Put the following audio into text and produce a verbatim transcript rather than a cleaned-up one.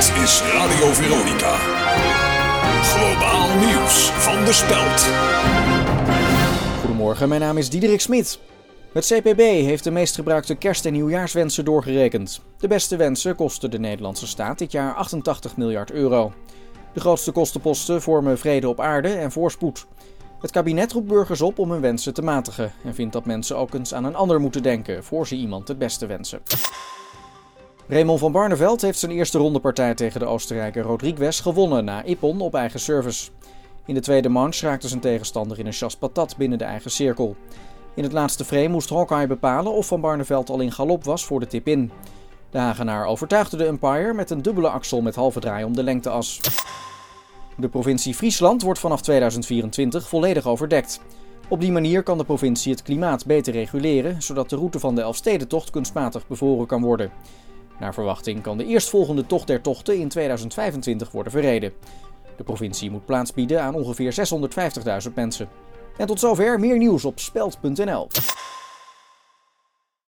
Dit is Radio Veronica. Globaal nieuws van de Speld. Goedemorgen, mijn naam is Diederik Smit. Het C P B heeft de meest gebruikte kerst- en nieuwjaarswensen doorgerekend. De beste wensen kosten de Nederlandse staat dit jaar achtentachtig miljard euro. De grootste kostenposten vormen vrede op aarde en voorspoed. Het kabinet roept burgers op om hun wensen te matigen en vindt dat mensen ook eens aan een ander moeten denken voor ze iemand het beste wensen. Raymond van Barneveld heeft zijn eerste rondepartij tegen de Oostenrijker Rodriguez gewonnen na ippon op eigen service. In de tweede manche raakte zijn tegenstander in een chasse patat binnen de eigen cirkel. In het laatste frame moest Hawkeye bepalen of Van Barneveld al in galop was voor de tip-in. De Hagenaar overtuigde de umpire met een dubbele axel met halve draai om de lengteas. De provincie Friesland wordt vanaf tweeduizend vierentwintig volledig overdekt. Op die manier kan de provincie het klimaat beter reguleren, zodat de route van de Elfstedentocht kunstmatig bevroren kan worden. Naar verwachting kan de eerstvolgende tocht der tochten in tweeduizend vijfentwintig worden verreden. De provincie moet plaats bieden aan ongeveer zeshonderdvijftigduizend mensen. En tot zover, meer nieuws op speld punt n l.